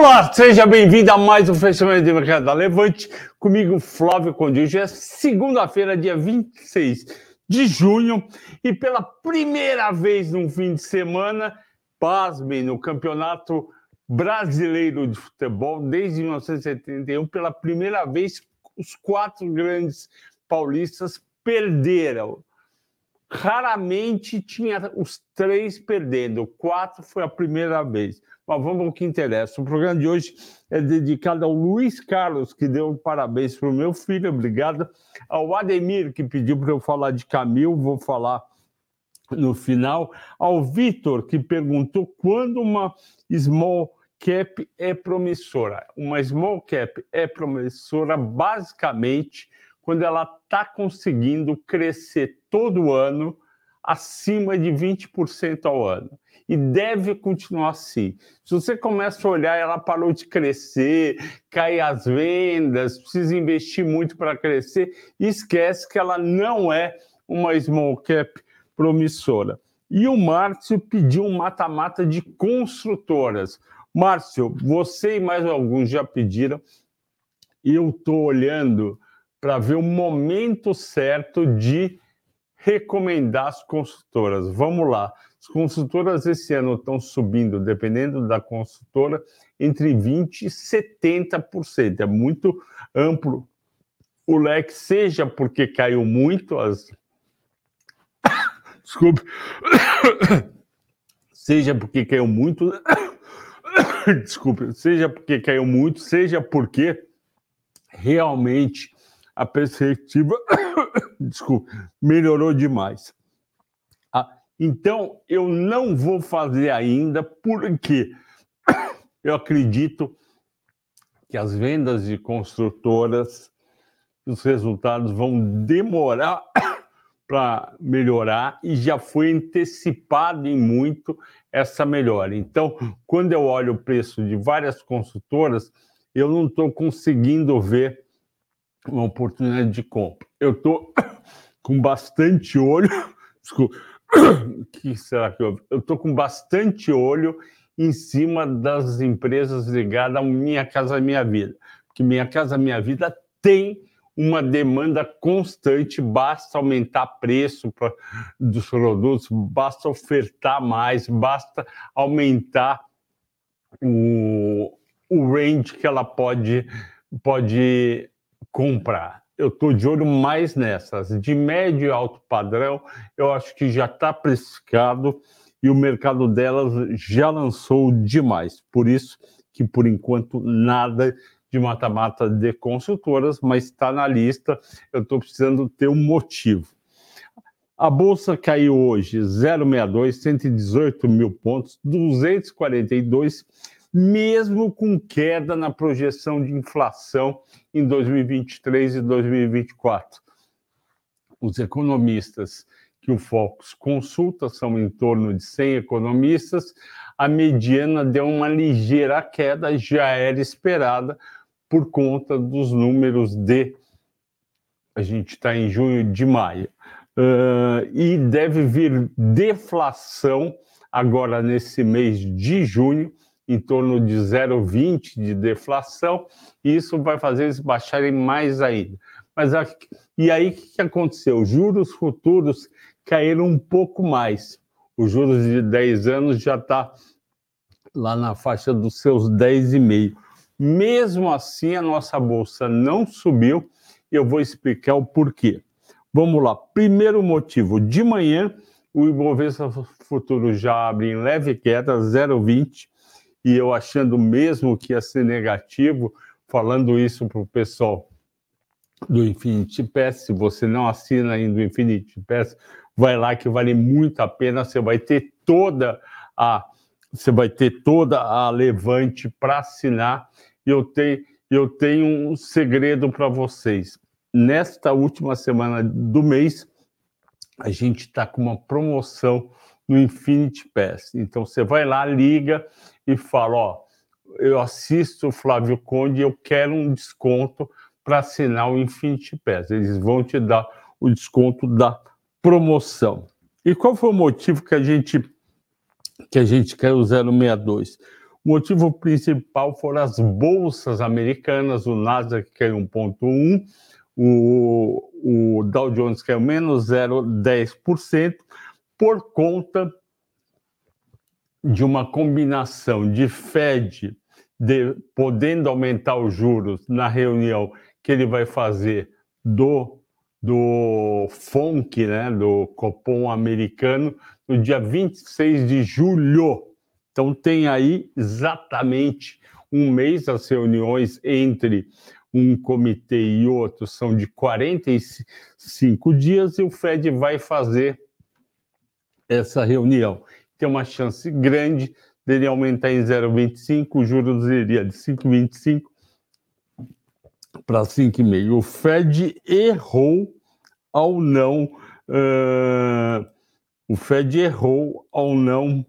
Olá, seja bem-vindo a mais um fechamento de mercado da Levante, comigo Flávio Conde. Hoje é segunda-feira, dia 26 de junho, e pela primeira vez num fim de semana, pasmem, no Campeonato Brasileiro de Futebol, desde 1971, pela primeira vez, os quatro grandes paulistas perderam. Raramente tinha os três perdendo, quatro foi a primeira vez. Mas vamos ao que interessa. O programa de hoje é dedicado ao Luiz Carlos, que deu parabéns para o meu filho, obrigado. Ao Ademir, que pediu para eu falar de Camil, vou falar no final. Ao Vitor, que perguntou quando uma small cap é promissora. Uma small cap é promissora basicamente quando ela está conseguindo crescer todo ano acima de 20% ao ano. E deve continuar assim. Se você começa a olhar, ela parou de crescer, cai as vendas, precisa investir muito para crescer, e esquece que ela não é uma small cap promissora. E o Márcio pediu um mata-mata de construtoras. Márcio, você e mais alguns já pediram, e eu estou olhando para ver o momento certo de recomendar as construtoras. Vamos lá. As construtoras esse ano estão subindo, dependendo da construtora, entre 20% e 70%. É muito amplo o leque, seja porque caiu muito as... Desculpe. Seja porque caiu muito... Desculpe. Seja porque caiu muito, seja porque realmente a perspectiva... Desculpe, melhorou demais. Então, eu não vou fazer ainda, porque eu acredito que as vendas de construtoras, os resultados vão demorar para melhorar e já foi antecipado em muito essa melhora. Então, quando eu olho o preço de várias construtoras, eu não estou conseguindo ver uma oportunidade de compra. Eu estou com bastante olho... Desculpa. O que será que houve? Eu estou com bastante olho em cima das empresas ligadas ao Minha Casa Minha Vida, porque Minha Casa Minha Vida tem uma demanda constante, basta aumentar preço dos produtos, basta ofertar mais, basta aumentar o range que ela pode comprar. Eu estou de olho mais nessas. De médio e alto padrão, eu acho que já está precificado e o mercado delas já lançou demais. Por isso que, por enquanto, nada de mata-mata de consultoras, mas está na lista. Eu estou precisando ter um motivo. A Bolsa caiu hoje 0,62, 118 mil pontos, 242, mesmo com queda na projeção de inflação em 2023 e 2024. Os economistas que o Focus consulta são em torno de 100 economistas, a mediana deu uma ligeira queda, já era esperada por conta dos números a gente está em junho, de maio, e deve vir deflação agora nesse mês de junho, em torno de 0,20 de deflação, e isso vai fazer eles baixarem mais ainda. E aí, o que aconteceu? Os juros futuros caíram um pouco mais. Os juros de 10 anos já está lá na faixa dos seus 10,5. Mesmo assim, a nossa Bolsa não subiu, e eu vou explicar o porquê. Vamos lá. Primeiro motivo, de manhã, o Ibovespa Futuro já abre em leve queda, 0,20, e eu achando mesmo que ia ser negativo, falando isso para o pessoal do Infinity Pass. Se você não assina ainda o Infinity Pass, vai lá que vale muito a pena, você vai ter toda a Levante para assinar, e eu tenho um segredo para vocês. Nesta última semana do mês, a gente está com uma promoção no Infinity Pass. Então, você vai lá, liga e fala, eu assisto o Flávio Conde e eu quero um desconto para assinar o Infinity Pass. Eles vão te dar o desconto da promoção. E qual foi o motivo que a gente quer o 062? O motivo principal foram as bolsas americanas, o Nasdaq caiu 1,1%, o Dow Jones caiu menos 0,10%, por conta de uma combinação de Fed podendo aumentar os juros na reunião que ele vai fazer do FONC, né, do Copom americano, no dia 26 de julho. Então tem aí exatamente um mês. As reuniões entre um comitê e outro são de 45 dias e o Fed vai fazer essa reunião. Tem uma chance grande dele aumentar em 0,25, o juros iria de 5,25 para 5,5. O Fed errou ao não... o Fed errou ao não...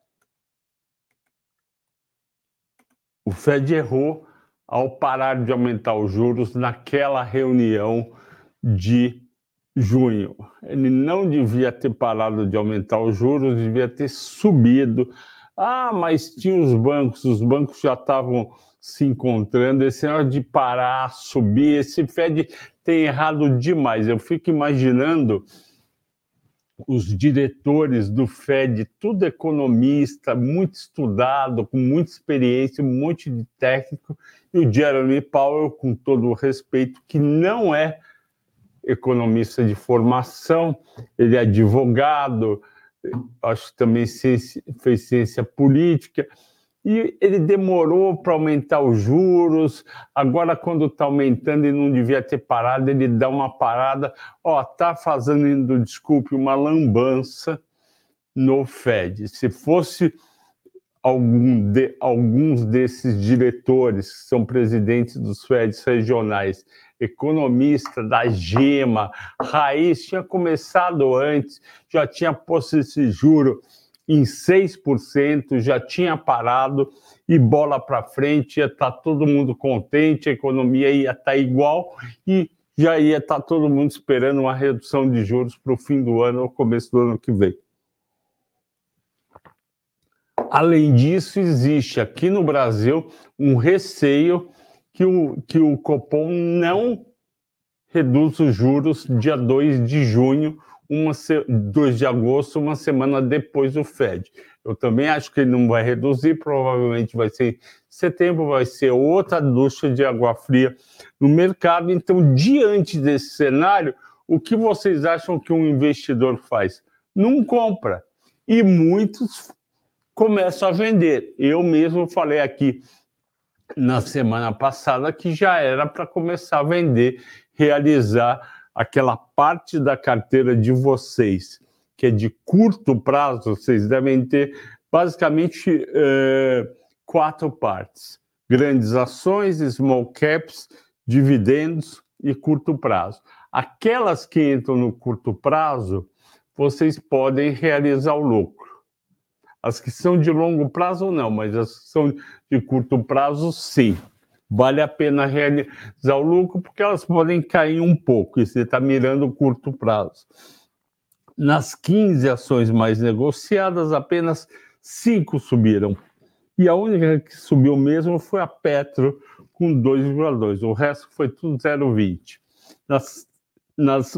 O Fed errou ao parar de aumentar os juros naquela reunião de junho. Ele não devia ter parado de aumentar os juros, devia ter subido. Mas tinha os bancos já estavam se encontrando. Esse negócio de parar, subir, esse Fed tem errado demais. Eu fico imaginando os diretores do Fed, tudo economista, muito estudado, com muita experiência, um monte de técnico, e o Jeremy Powell, com todo o respeito, que não é economista de formação, ele é advogado, acho que também fez ciência política, e ele demorou para aumentar os juros. Agora, quando está aumentando e não devia ter parado, ele dá uma parada. Está fazendo, desculpe, uma lambança no Fed. Se fosse alguns desses diretores, que são presidentes dos Feds regionais, economista da Gema, raiz, tinha começado antes, já tinha posto esse juro em 6%, já tinha parado e bola para frente, ia estar todo mundo contente, a economia ia estar igual e já ia estar todo mundo esperando uma redução de juros para o fim do ano ou começo do ano que vem. Além disso, existe aqui no Brasil um receio que o Copom não reduz os juros dia 2 de junho, 2 de agosto, uma semana depois do Fed. Eu também acho que ele não vai reduzir, provavelmente vai ser em setembro, vai ser outra ducha de água fria no mercado. Então, diante desse cenário, o que vocês acham que um investidor faz? Não compra. E muitos começam a vender. Eu mesmo falei aqui na semana passada que já era para começar a vender, realizar aquela parte da carteira de vocês, que é de curto prazo. Vocês devem ter basicamente 4 partes: grandes ações, small caps, dividendos e curto prazo. Aquelas que entram no curto prazo, vocês podem realizar o lucro. As que são de longo prazo, não, mas as que são de curto prazo, sim. Vale a pena realizar o lucro, porque elas podem cair um pouco, e você está mirando o curto prazo. Nas 15 ações mais negociadas, apenas 5 subiram. E a única que subiu mesmo foi a Petro, com 2,2. O resto foi tudo 0,20. Nas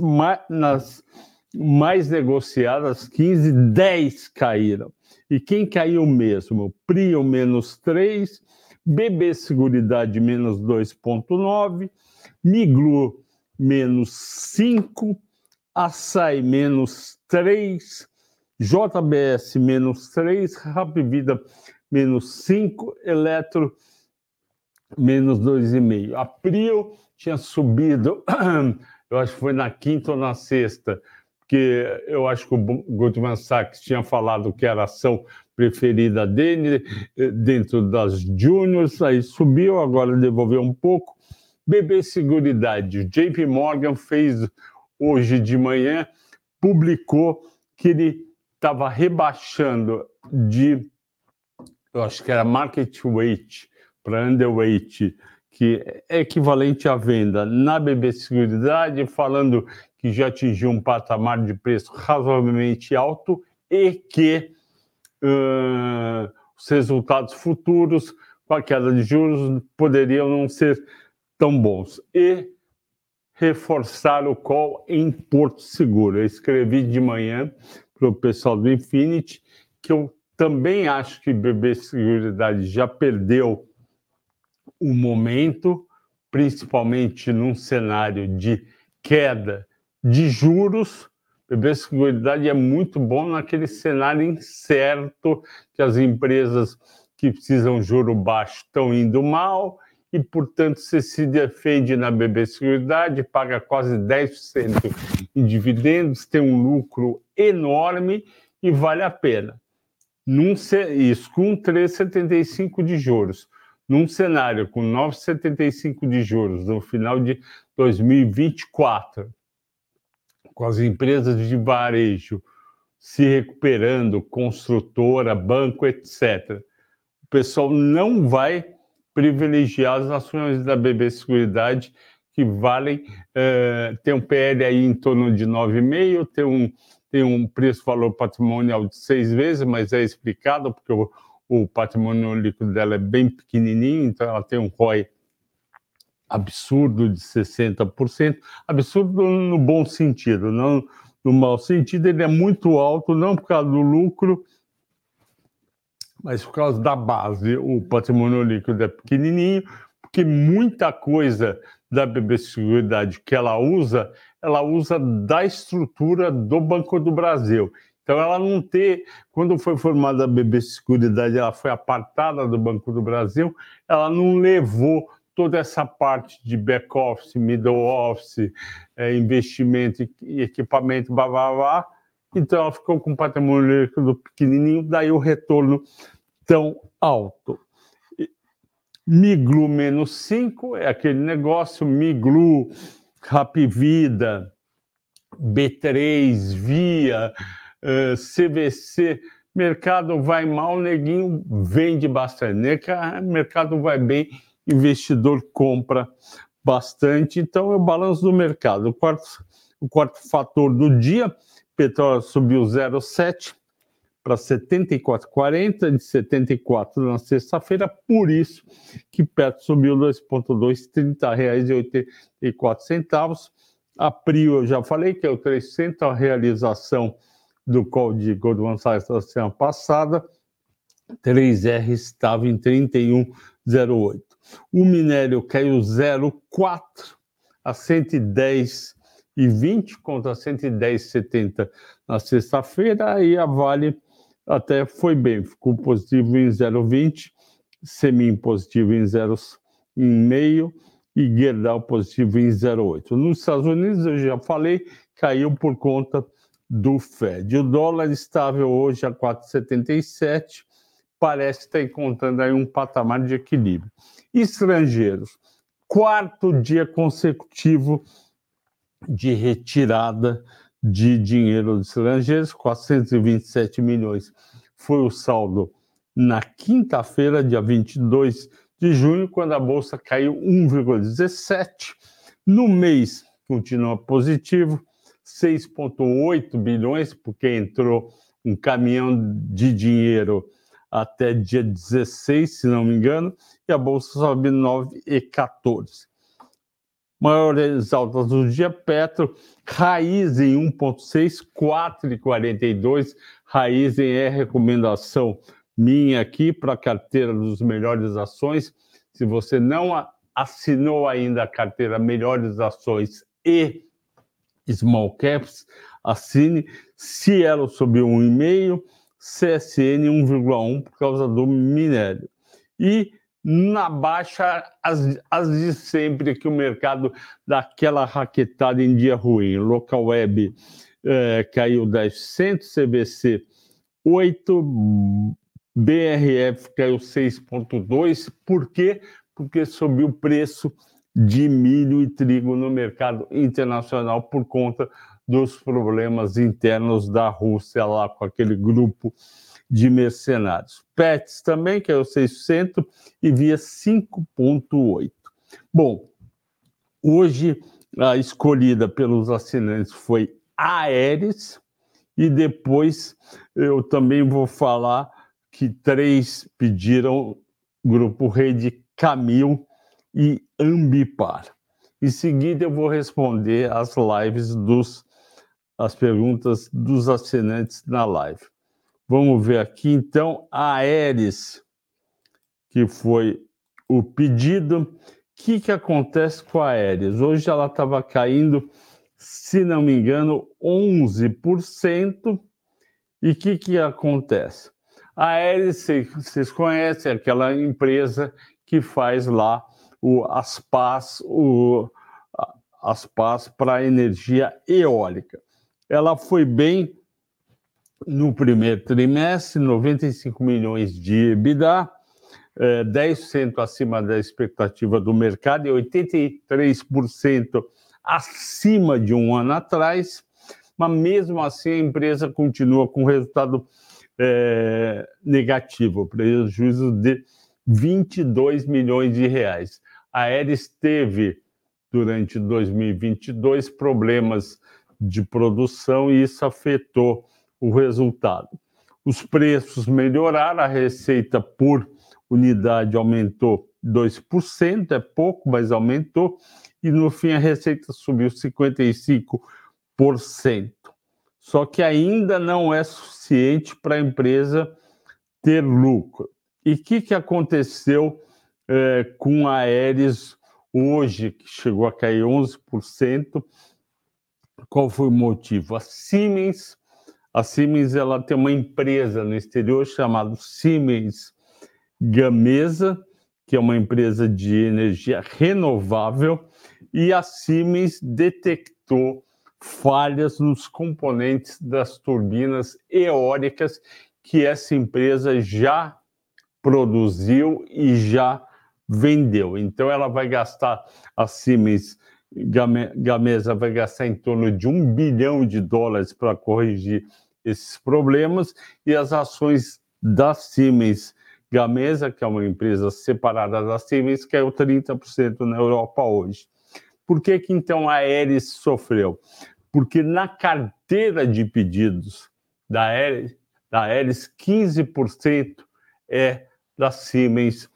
mais negociadas, 15, 10 caíram. E quem caiu mesmo? Prio, menos 3, BB Seguridade, menos 2,9, Miglu, menos 5, Assaí, menos 3, JBS, menos 3, Rapvida, menos 5, Eletro, menos 2,5. A Prio tinha subido, eu acho que foi na quinta ou na sexta, porque eu acho que o Goldman Sachs tinha falado que era a ação preferida dele, dentro das juniors, aí subiu, agora devolveu um pouco. BB Seguridade, JP Morgan fez hoje de manhã, publicou que ele estava rebaixando de, eu acho que era market weight para underweight, que é equivalente à venda na BB Seguridade, falando que já atingiu um patamar de preço razoavelmente alto e que os resultados futuros, com a queda de juros, poderiam não ser tão bons. E reforçar o call em Porto Seguro. Eu escrevi de manhã para o pessoal do Infinity que eu também acho que BB Seguridade já perdeu o momento, principalmente num cenário de queda de juros. BB Seguridade é muito bom naquele cenário incerto que as empresas que precisam de juro baixo estão indo mal e, portanto, você se defende na BB Seguridade, paga quase 10% em dividendos, tem um lucro enorme e vale a pena. Isso com 3,75 de juros. Num cenário com 9,75 de juros no final de 2024, com as empresas de varejo se recuperando, construtora, banco, etc., o pessoal não vai privilegiar as ações da BB Seguridade, que valem, tem um PL aí em torno de 9,5, tem um preço-valor patrimonial de 6 vezes, mas é explicado, porque o patrimônio líquido dela é bem pequenininho, então ela tem um ROI absurdo de 60%, absurdo no bom sentido, não no mau sentido. Ele é muito alto, não por causa do lucro, mas por causa da base. O patrimônio líquido é pequenininho, porque muita coisa da BB Seguridade que ela usa da estrutura do Banco do Brasil. Então, ela não tem... Quando foi formada a BB Seguridade, ela foi apartada do Banco do Brasil, ela não levou toda essa parte de back-office, middle-office, investimento e equipamento, blá, blá, blá. Então, ela ficou com um patrimônio líquido pequenininho, daí o retorno tão alto. Miglu menos 5 é aquele negócio, Miglu, Rapvida, B3, Via, CVC, mercado vai mal, neguinho vende bastante, mercado vai bem, investidor compra bastante. Então é o balanço do mercado. O quarto fator do dia, petróleo subiu 0,7 para 74,40, de 74 na sexta-feira, por isso que Petro subiu 2,2, R$ 30,84. A Prio, eu já falei que é o 300, a realização do call de Goldman Sachs da semana passada, 3R estava em 31,08. O minério caiu 0,4 a 110,20 contra 110,70 na sexta-feira, e a Vale até foi bem, ficou positivo em 0,20, Semin positivo em 0,5 e Gerdau positivo em 0,8. Nos Estados Unidos, eu já falei, caiu por conta do Fed. O dólar estável hoje a 4,77, parece estar encontrando aí um patamar de equilíbrio. Estrangeiros, quarto dia consecutivo de retirada de dinheiro dos estrangeiros, 427 milhões foi o saldo na quinta-feira, dia 22 de junho, quando a Bolsa caiu 1,17. No mês, continua positivo, 6,8 bilhões, porque entrou um caminhão de dinheiro até dia 16, se não me engano, e a Bolsa sobe 9,14. Maiores altas do dia, Petro, Raízen 1,6, 4,42. Raízen é recomendação minha aqui para a carteira dos melhores ações. Se você não assinou ainda a carteira Melhores Ações e Small Caps, assine. Cielo subiu 1,5, CSN 1,1 por causa do minério. E na baixa, as de sempre, que o mercado dá aquela raquetada em dia ruim. Local Web caiu 10%, CVC 8%, BRF caiu 6,2%. Por quê? Porque subiu o preço de milho e trigo no mercado internacional por conta dos problemas internos da Rússia lá com aquele grupo de mercenários. Pets também caiu 6% e Via 5,8%. Bom, hoje a escolhida pelos assinantes foi a Aeres, e depois eu também vou falar que 3 pediram, Grupo Rede, Camil e Ambipar. Em seguida, eu vou responder as perguntas dos assinantes na live. Vamos ver aqui, então, a Aeres, que foi o pedido. O que acontece com a Aeres? Hoje ela estava caindo, se não me engano, 11%. E o que acontece? A Aeres, vocês conhecem, aquela empresa que faz lá as pás para energia eólica. Ela foi bem no primeiro trimestre, 95 milhões de EBITDA, 10% acima da expectativa do mercado e 83% acima de um ano atrás, mas mesmo assim a empresa continua com resultado negativo, prejuízo de 22 milhões de reais. A Aeres teve, durante 2022, problemas de produção e isso afetou o resultado. Os preços melhoraram, a receita por unidade aumentou 2%, é pouco, mas aumentou, e no fim a receita subiu 55%. Só que ainda não é suficiente para a empresa ter lucro. E o que aconteceu com a Aeres hoje, que chegou a cair 11%? Qual foi o motivo? A Siemens ela tem uma empresa no exterior chamada Siemens Gamesa, que é uma empresa de energia renovável, e a Siemens detectou falhas nos componentes das turbinas eólicas que essa empresa já produziu e já vendeu. Então ela vai gastar, a Siemens Gamesa vai gastar em torno de $1 bilhão para corrigir esses problemas, e as ações da Siemens Gamesa, que é uma empresa separada da Siemens, caiu 30% na Europa hoje. Por que então a Aeres sofreu? Porque na carteira de pedidos da Aeres 15% é da Siemens.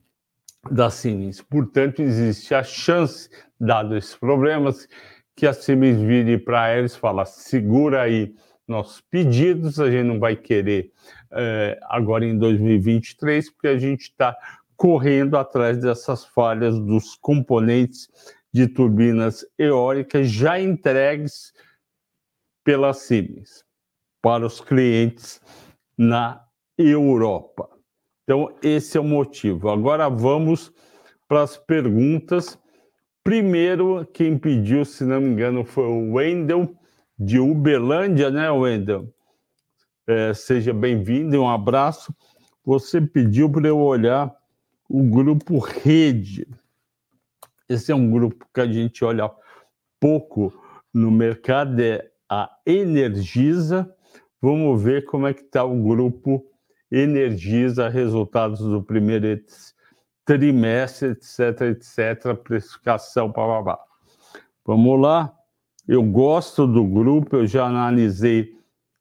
Portanto, existe a chance, dado esses problemas, que a Siemens vire para a Aeres e fala: segura aí nossos pedidos, a gente não vai querer agora em 2023, porque a gente está correndo atrás dessas falhas dos componentes de turbinas eólicas já entregues pela Siemens para os clientes na Europa. Então, esse é o motivo. Agora vamos para as perguntas. Primeiro, quem pediu, se não me engano, foi o Wendel, de Uberlândia, né, Wendel? Seja bem-vindo e um abraço. Você pediu para eu olhar o grupo Rede. Esse é um grupo que a gente olha pouco no mercado, é a Energisa. Vamos ver como é que está o grupo Energisa, resultados do primeiro trimestre, etc., precificação, blá. Vamos lá. Eu gosto do grupo, eu já analisei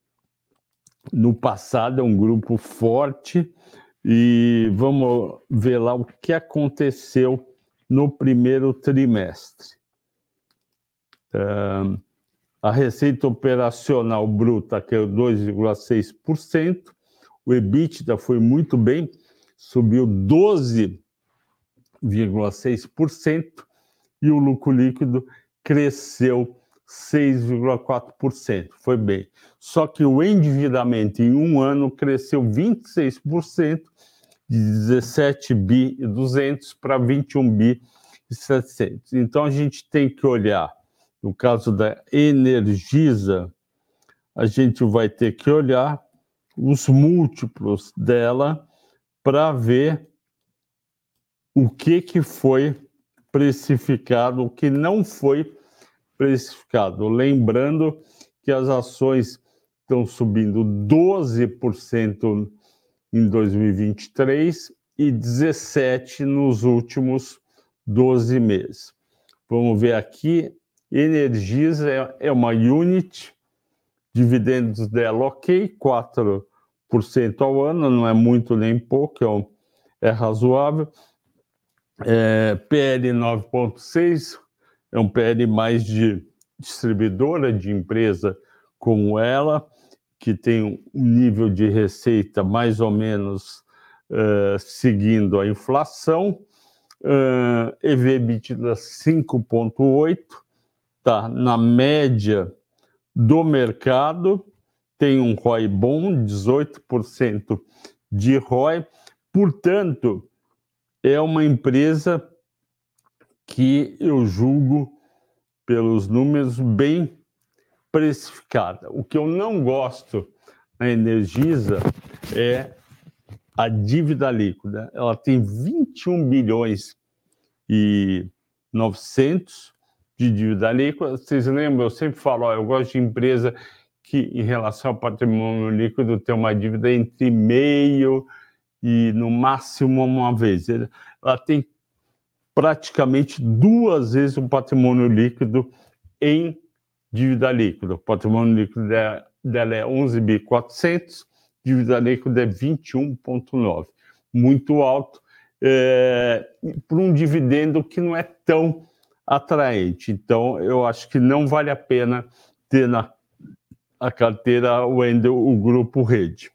no passado, é um grupo forte, e vamos ver lá o que aconteceu no primeiro trimestre. A receita operacional bruta caiu 2,6%, o EBITDA foi muito bem, subiu 12,6%, e o lucro líquido cresceu 6,4%, foi bem. Só que o endividamento em um ano cresceu 26%, de 17 bi e 200 para 21 bi e 700. Então a gente tem que olhar, no caso da Energisa, a gente vai ter que olhar os múltiplos dela para ver o que foi precificado, o que não foi precificado. Lembrando que as ações estão subindo 12% em 2023 e 17% nos últimos 12 meses. Vamos ver aqui, Energisa é uma unit, dividendos dela ok, ao ano, não é muito nem pouco, é razoável. PL 9,6, é um PL mais de distribuidora, de empresa como ela, que tem um nível de receita mais ou menos seguindo a inflação. EV/EBITDA 5,8, está na média do mercado, tem um ROI bom, 18% de ROI, portanto, é uma empresa que eu julgo, pelos números, bem precificada. O que eu não gosto na Energisa é a dívida líquida. Ela tem 21 bilhões e 900 de dívida líquida. Vocês lembram? Eu sempre falo, eu gosto de empresa que, em relação ao patrimônio líquido, tem uma dívida entre meio e, no máximo, uma vez. Ela tem praticamente 2 vezes o patrimônio líquido em dívida líquida. O patrimônio líquido dela é 11.400, dívida líquida é 21,9. Muito alto, por um dividendo que não é tão atraente. Então, eu acho que não vale a pena ter na carteira o Grupo Rede.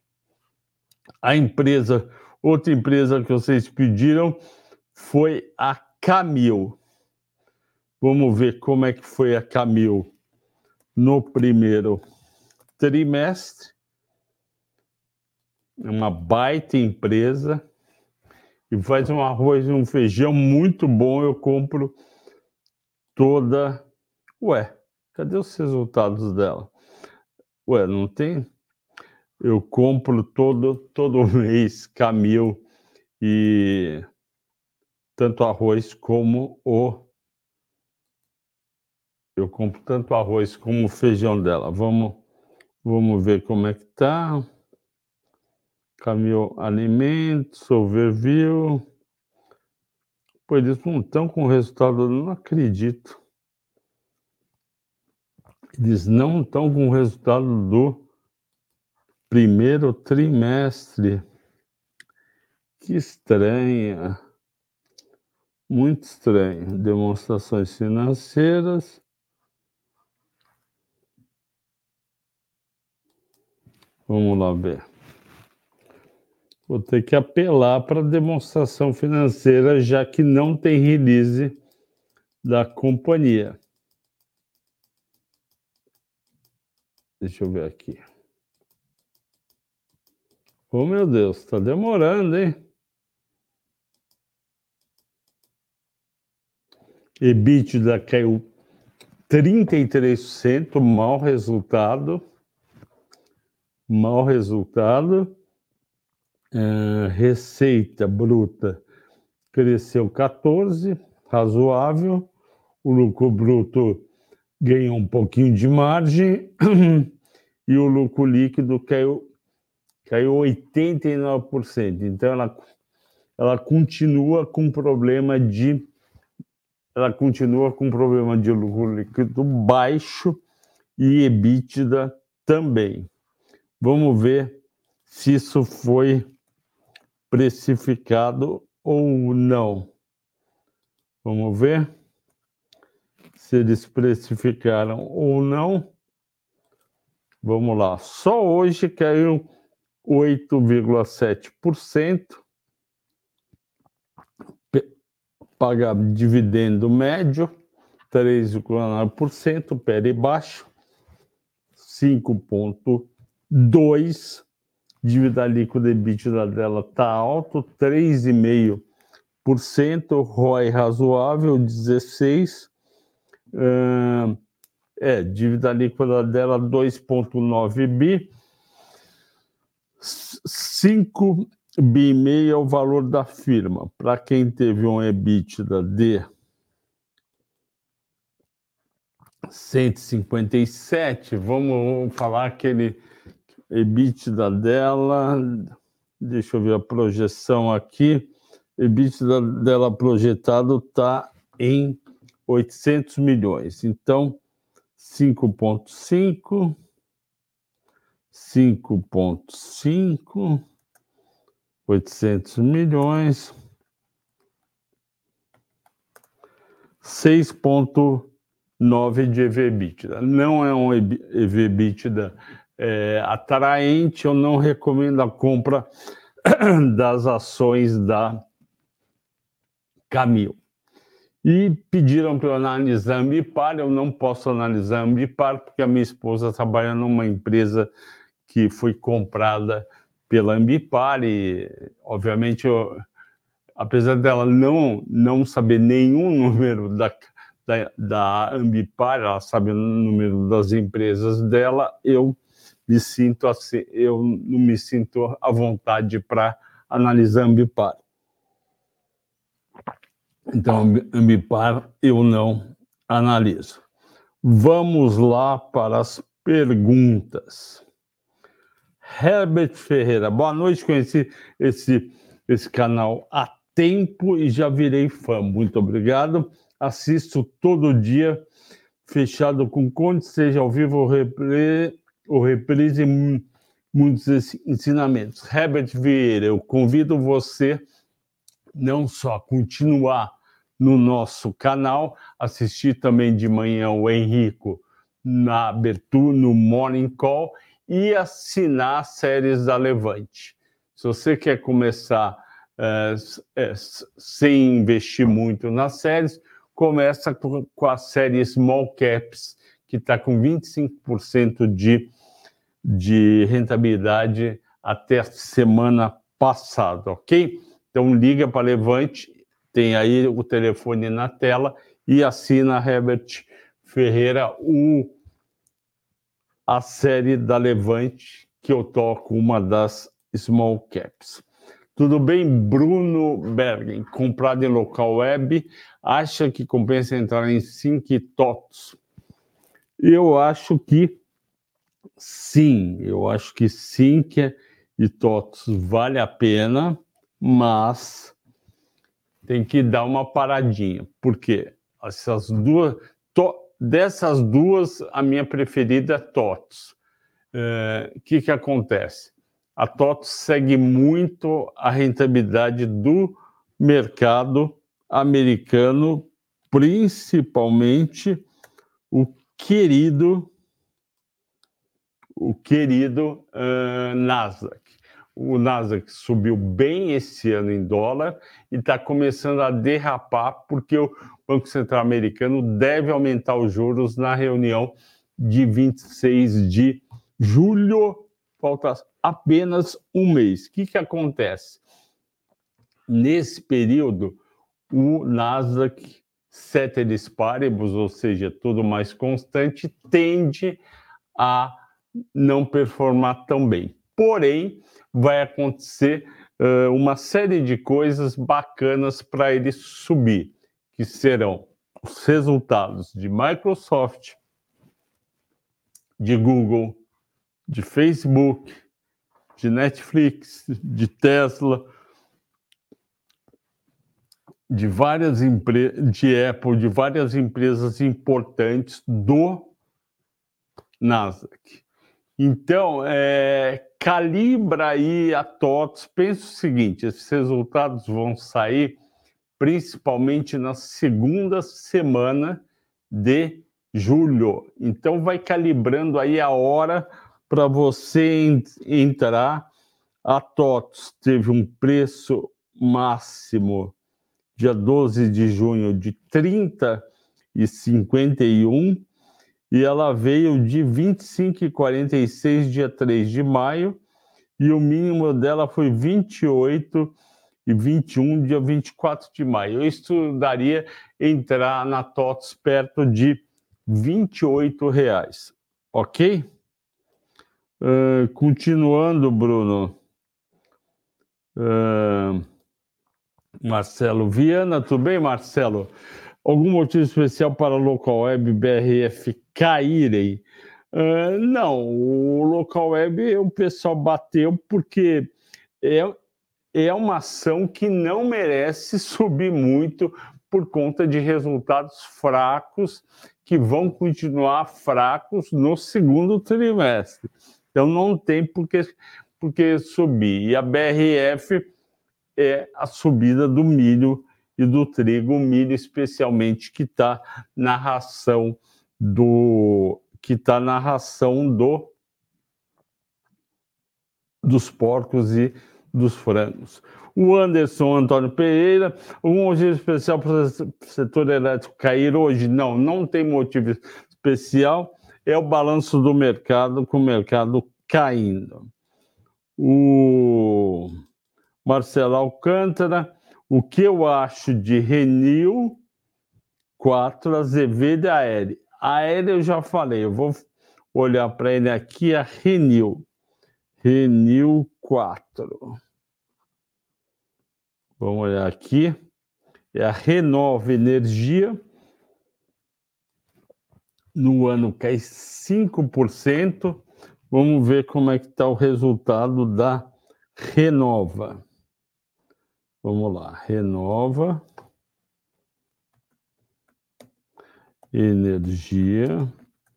Outra empresa que vocês pediram foi a Camil. Vamos ver como é que foi a Camil no primeiro trimestre. É uma baita empresa e faz um arroz e um feijão muito bom. Eu compro toda... cadê os resultados dela? Não tem? Eu compro todo mês Camil, e tanto arroz como eu compro tanto arroz como o feijão dela. Vamos ver como é que tá. Camil Alimentos, Overview. Pô, eles não estão com resultado, eu não acredito. Eles não estão com o resultado do primeiro trimestre. Que estranha. Muito estranho. Demonstrações financeiras. Vamos lá ver. Vou ter que apelar para a demonstração financeira, já que não tem release da companhia. Deixa eu ver aqui. Oh, meu Deus, está demorando, hein? EBITDA caiu 33%, mau resultado. Receita bruta cresceu 14%, razoável. O lucro bruto ganhou um pouquinho de margem e o lucro líquido caiu 89%. Então, ela continua com problema de lucro líquido baixo e EBITDA também. Vamos ver se isso foi precificado ou não. Vamos ver se eles precificaram ou não. Vamos lá. Só hoje caiu 8,7%. Paga dividendo médio, 3,9%. PL baixo, 5,2%. Dívida líquida EBITDA dela está alto, 3,5%. ROI razoável, 16%. Dívida líquida dela 2,9 bi. 5,5 bi é o valor da firma. Para quem teve um EBITDA de 157, vamos falar aquele EBITDA dela. Deixa eu ver a projeção aqui. EBITDA dela projetado está em 800 milhões. Então, 5,5, 5,5, 800 milhões, 6,9 de EV/EBITDA. Não é um EV/EBITDA atraente, eu não recomendo a compra das ações da Camil. E pediram para eu analisar a Ambipar, eu não posso analisar a Ambipar, porque a minha esposa trabalha numa empresa que foi comprada pela Ambipar e, obviamente, apesar dela não saber nenhum número da Ambipar, ela sabe o número das empresas dela, eu me sinto assim, eu não me sinto à vontade para analisar a Ambipar. Então, Ambipar eu não analiso. Vamos lá para as perguntas. Herbert Ferreira, boa noite, conheci esse canal há tempo e já virei fã, muito obrigado. Assisto todo dia, fechado com conte, seja ao vivo ou reprise, muitos ensinamentos. Herbert Vieira, eu convido você não só continuar no nosso canal, assistir também de manhã o Henrico na abertura, no Morning Call, e assinar as séries da Levante. Se você quer começar sem investir muito nas séries, começa com a série Small Caps, que está com 25% de rentabilidade até a semana passada, ok? Então liga para Levante, tem aí o telefone na tela e assina Herbert Ferreira a série da Levante, que eu toco uma das Small Caps. Tudo bem, Bruno Bergen, comprado em local web, acha que compensa entrar em Sync e TOTS? Eu acho que sim, Sync e TOTS vale a pena, mas tem que dar uma paradinha, porque dessas duas, a minha preferida é TOTS. O que acontece? A TOTS segue muito a rentabilidade do mercado americano, principalmente o querido Nasdaq. O Nasdaq subiu bem esse ano em dólar e está começando a derrapar porque o Banco Central americano deve aumentar os juros na reunião de 26 de julho. Falta apenas um mês. O que acontece? Nesse período, o Nasdaq ceteris paribus, ou seja, tudo mais constante, tende a não performar tão bem. Porém, vai acontecer uma série de coisas bacanas para ele subir, que serão os resultados de Microsoft, de Google, de Facebook, de Netflix, de Tesla, de várias de Apple, de várias empresas importantes do Nasdaq. Então, calibra aí a TOTS. Pensa o seguinte, esses resultados vão sair principalmente na segunda semana de julho. Então, vai calibrando aí a hora para você entrar. A TOTS teve um preço máximo, dia 12 de junho, de 30,51, e ela veio de 25,46 dia 3 de maio, e o mínimo dela foi 28,21 dia 24 de maio. Eu estudaria entrar na TOTS perto de R$28, ok? Continuando, Bruno. Marcelo Viana, tudo bem, Marcelo? Algum motivo especial para o local web BRF caírem? Não, o local web o pessoal bateu porque é uma ação que não merece subir muito por conta de resultados fracos, que vão continuar fracos no segundo trimestre. Então não tem porque subir. E a BRF é a subida do milho e do trigo, o milho especialmente que está na ração dos porcos e dos frangos. O Anderson Antônio Pereira, um motivo especial para o setor elétrico cair hoje? Não tem motivo especial, é o balanço do mercado, com o mercado caindo. O Marcelo Alcântara, o que eu acho de Renil 4, Azevedo e Aérea? Aérea eu já falei, eu vou olhar para ele aqui, a Renil 4. Vamos olhar aqui. É a Renova Energia. No ano cai 5%. Vamos ver como é que está o resultado da Renova. Vamos lá, Renova Energia.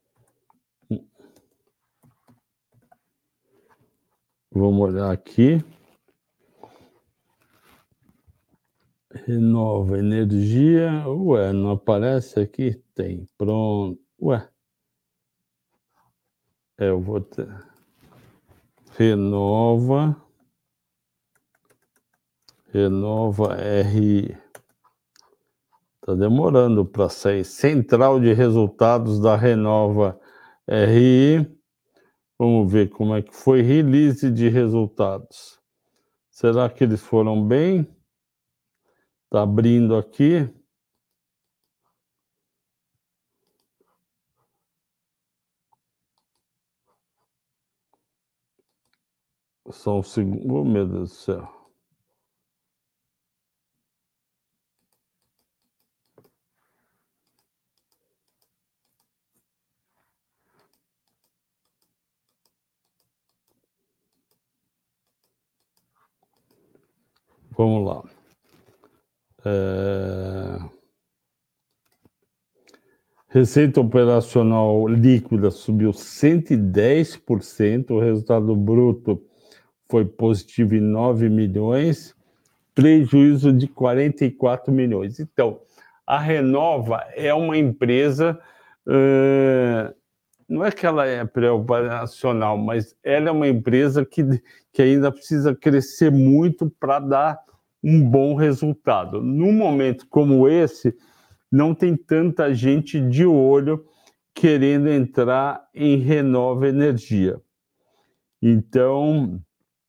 Vamos olhar aqui. Renova Energia. Ué, não aparece aqui? Tem. Pronto. Ué. Eu vou ter. Renova RI. Está demorando para sair. Central de resultados da Renova RI. Vamos ver como é que foi release de resultados. Será que eles foram bem? Está abrindo aqui. Só um segundo. Oh, meu Deus do céu. Vamos lá. Receita operacional líquida subiu 110%, o resultado bruto foi positivo em 9 milhões, prejuízo de 44 milhões. Então, a Renova é uma empresa, não é que ela é pré-operacional, mas ela é uma empresa que ainda precisa crescer muito para dar um bom resultado. Num momento como esse, não tem tanta gente de olho querendo entrar em Renova Energia. Então,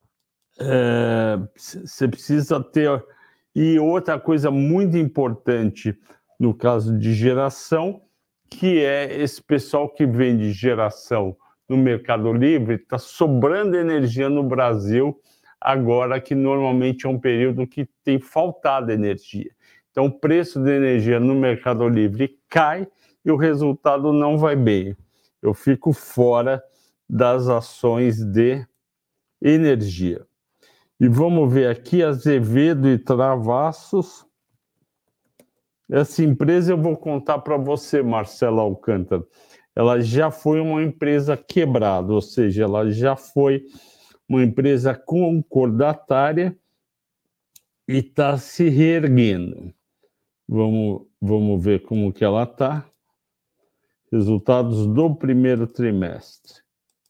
você precisa ter... E outra coisa muito importante no caso de geração, que é esse pessoal que vende geração no Mercado Livre, está sobrando energia no Brasil agora, que normalmente é um período que tem faltado energia. Então, o preço da energia no Mercado Livre cai e o resultado não vai bem. Eu fico fora das ações de energia. E vamos ver aqui, Azevedo e Travassos. Essa empresa eu vou contar para você, Marcelo Alcântara. Ela já foi uma empresa quebrada, ou seja, ela já foi uma empresa concordatária e está se reerguendo. Vamos ver como que ela está. Resultados do primeiro trimestre.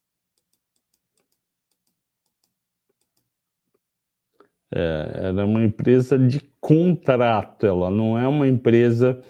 Ela é uma empresa de contrato, ela não é uma empresa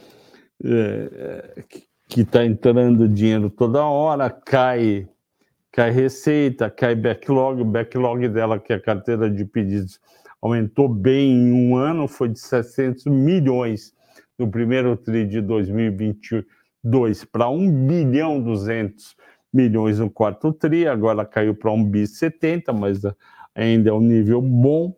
que está entrando dinheiro toda hora, cai receita, cai backlog. O backlog dela, que é a carteira de pedidos, aumentou bem em um ano, foi de 700 milhões no primeiro TRI de 2022 para 1 bilhão 200 milhões no quarto TRI, agora caiu para 1 bi 70, mas ainda é um nível bom.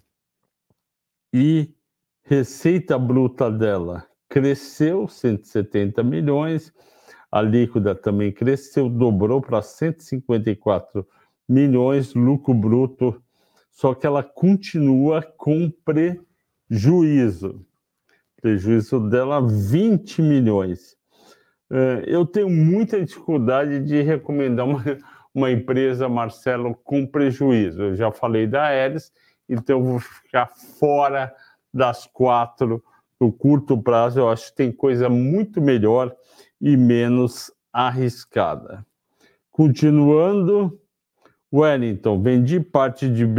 E receita bruta dela cresceu 170 milhões, a líquida também cresceu, dobrou para 154 milhões, lucro bruto, só que ela continua com prejuízo. Prejuízo dela 20 milhões. Eu tenho muita dificuldade de recomendar uma empresa, Marcelo, com prejuízo. Eu já falei da Aeres, então eu vou ficar fora das 4 no curto prazo. Eu acho que tem coisa muito melhor e menos arriscada. Continuando, Wellington, vendi parte de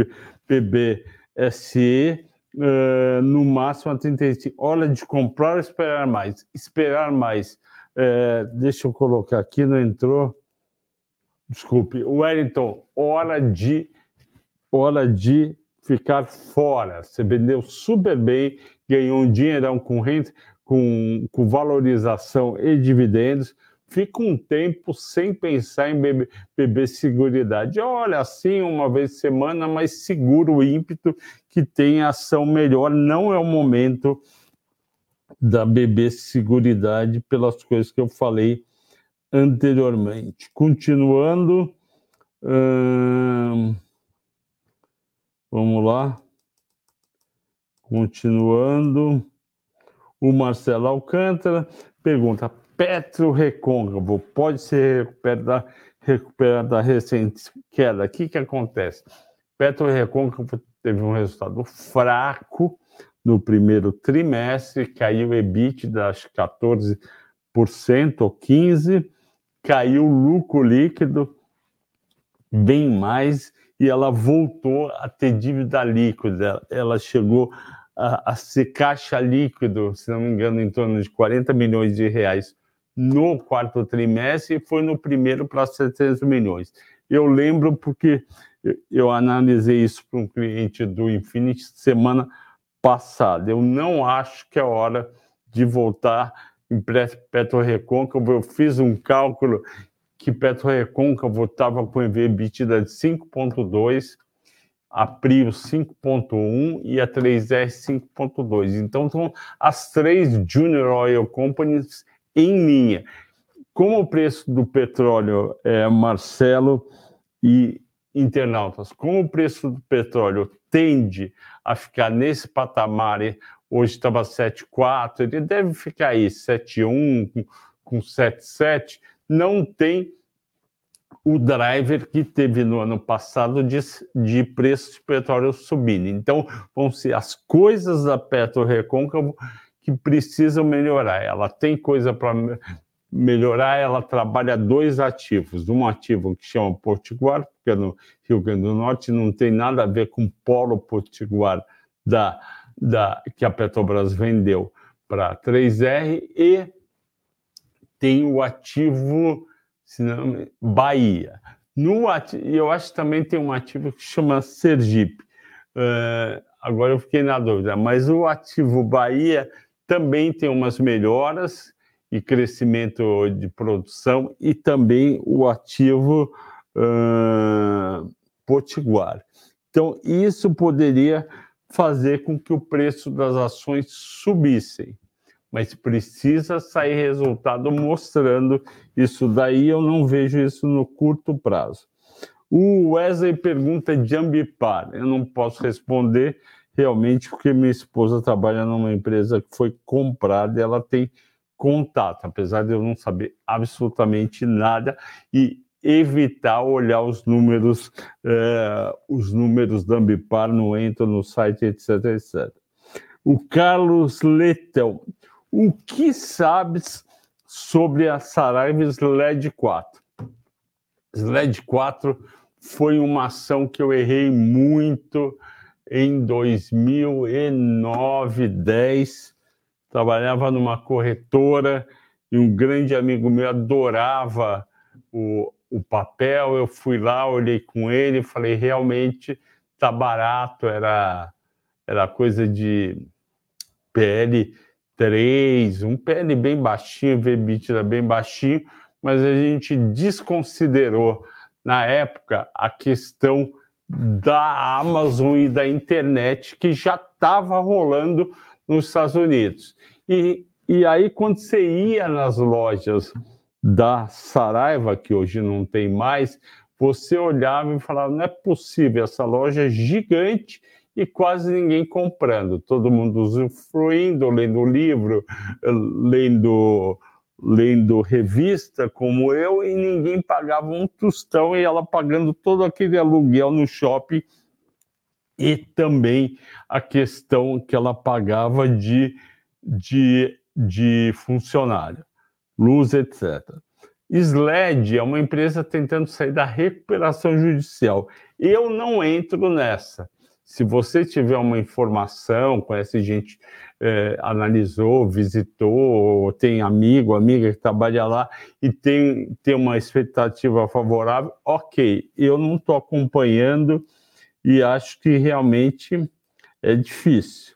BBSE no máximo a 35. Hora de comprar ou esperar mais? Esperar mais. Deixa eu colocar aqui, não entrou. Desculpe. Wellington, hora de ficar fora. Você vendeu super bem, ganhou um dinheirão com renda, com valorização e dividendos. Fica um tempo sem pensar em beber Seguridade. Olha, assim, uma vez por semana, mas segura o ímpeto que tem ação melhor. Não é o momento da BB Seguridade pelas coisas que eu falei anteriormente. Continuando, vamos lá. Continuando, o Marcelo Alcântara pergunta: PetroRecôncavo pode ser recuperada da recente queda? O que acontece? PetroRecôncavo teve um resultado fraco no primeiro trimestre, caiu o EBITDA, acho que 14% ou 15%, caiu o lucro líquido bem mais, e ela voltou a ter dívida líquida. Ela chegou a ser caixa líquido, se não me engano, em torno de 40 milhões de reais no quarto trimestre, e foi no primeiro para 700 milhões. Eu lembro porque eu analisei isso para um cliente do Infinity semana passada. Eu não acho que é hora de voltar em PetroRecôncavo. Eu fiz um cálculo que PetroRecôncavo estava com EBITDA de 5,2, a Prio 5,1 e a 3R 5,2. Então, são as 3 Junior Oil Companies em linha. Como o preço do petróleo, Marcelo e internautas, como o preço do petróleo tende a ficar nesse patamar, hoje estava 7,4, ele deve ficar aí 7,1 com 7,7, não tem o driver que teve no ano passado de preço de petróleo subindo. Então, vão ser as coisas da PetroRecôncavo que precisam melhorar. Ela tem coisa para melhorar, ela trabalha 2 ativos. Um ativo que chama Potiguar, porque é no Rio Grande do Norte, não tem nada a ver com o polo Potiguar que a Petrobras vendeu para a 3R, e tem o ativo Bahia. Eu acho que também tem um ativo que chama Sergipe. Agora eu fiquei na dúvida, mas o ativo Bahia também tem umas melhoras e crescimento de produção, e também o ativo Potiguar. Então, isso poderia fazer com que o preço das ações subissem, mas precisa sair resultado mostrando isso daí. Eu não vejo isso no curto prazo. O Wesley pergunta de Ambipar. Eu não posso responder realmente, porque minha esposa trabalha numa empresa que foi comprada e ela tem contato, apesar de eu não saber absolutamente nada e evitar olhar os números da Ambipar, não entro no site, etc, etc. O Carlos Letão: o que sabes sobre a Saraiva SLED 4? SLED 4 foi uma ação que eu errei muito em 2009, 2010. Trabalhava numa corretora e um grande amigo meu adorava o papel. Eu fui lá, olhei com ele e falei: realmente está barato. Era coisa de PL 3, um PL bem baixinho, EBITDA bem baixinho, mas a gente desconsiderou na época a questão da Amazon e da internet, que já estava rolando nos Estados Unidos. E aí, quando você ia nas lojas da Saraiva, que hoje não tem mais, você olhava e falava: não é possível, essa loja é gigante e quase ninguém comprando, todo mundo usufruindo, lendo livro, lendo lendo revista como eu e ninguém pagava um tostão e ela pagando todo aquele aluguel no shopping e também a questão que ela pagava de funcionário, luz, etc. SLED é uma empresa tentando sair da recuperação judicial. Eu não entro nessa. Se você tiver uma informação, conhece gente, analisou, visitou, tem amigo, amiga que trabalha lá e tem uma expectativa favorável, ok. Eu não estou acompanhando e acho que realmente é difícil.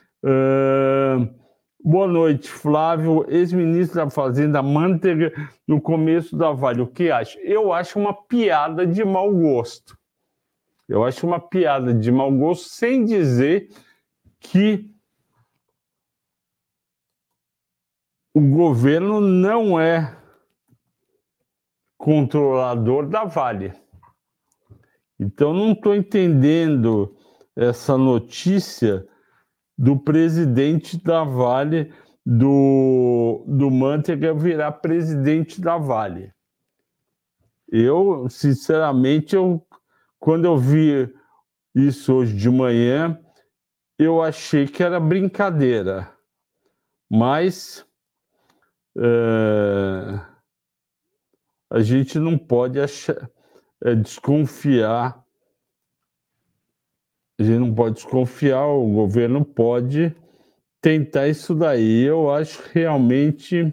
Boa noite, Flávio, ex-ministro da Fazenda Manteiga, no começo da Vale. O que acha? Eu acho uma piada de mau gosto. Eu acho uma piada de mau gosto, sem dizer que o governo não é controlador da Vale. Então, não estou entendendo essa notícia do presidente da Vale, do Manteiga virar presidente da Vale. Eu, sinceramente, quando eu vi isso hoje de manhã, eu achei que era brincadeira. Mas a gente não pode desconfiar. A gente não pode desconfiar, o governo pode tentar isso daí. Eu acho realmente